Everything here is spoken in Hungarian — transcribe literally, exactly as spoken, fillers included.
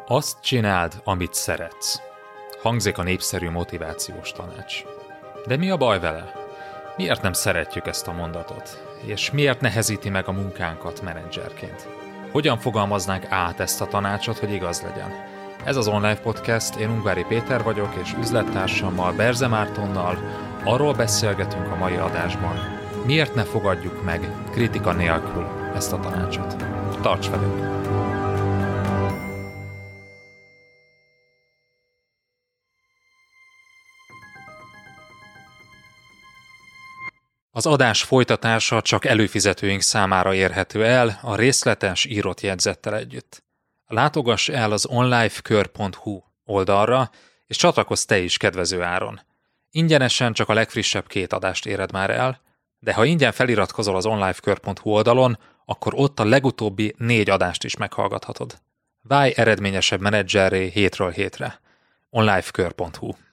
Azt csináld, amit szeretsz. Hangzik a népszerű motivációs tanács. De mi a baj vele? Miért nem szeretjük ezt a mondatot? És miért nehezíti meg a munkánkat menedzserként? Hogyan fogalmaznánk át ezt a tanácsot, hogy igaz legyen? Ez az Online Podcast, én Ungvári Péter vagyok, és üzlettársammal, Berze Mártonnal arról beszélgetünk a mai adásban, miért ne fogadjuk meg kritika nélkül ezt a tanácsot. Tarts velünk! Az adás folytatása csak előfizetőink számára érhető el a részletes írott jegyzettel együtt. Látogass el az onlifekör pont hu oldalra, és csatlakozz te is kedvező áron. Ingyenesen csak a legfrissebb két adást éred már el, de ha ingyen feliratkozol az onlifekör pont hu oldalon, akkor ott a legutóbbi négy adást is meghallgathatod. Válj eredményesebb menedzserré hétről hétre. onlifekör pont hu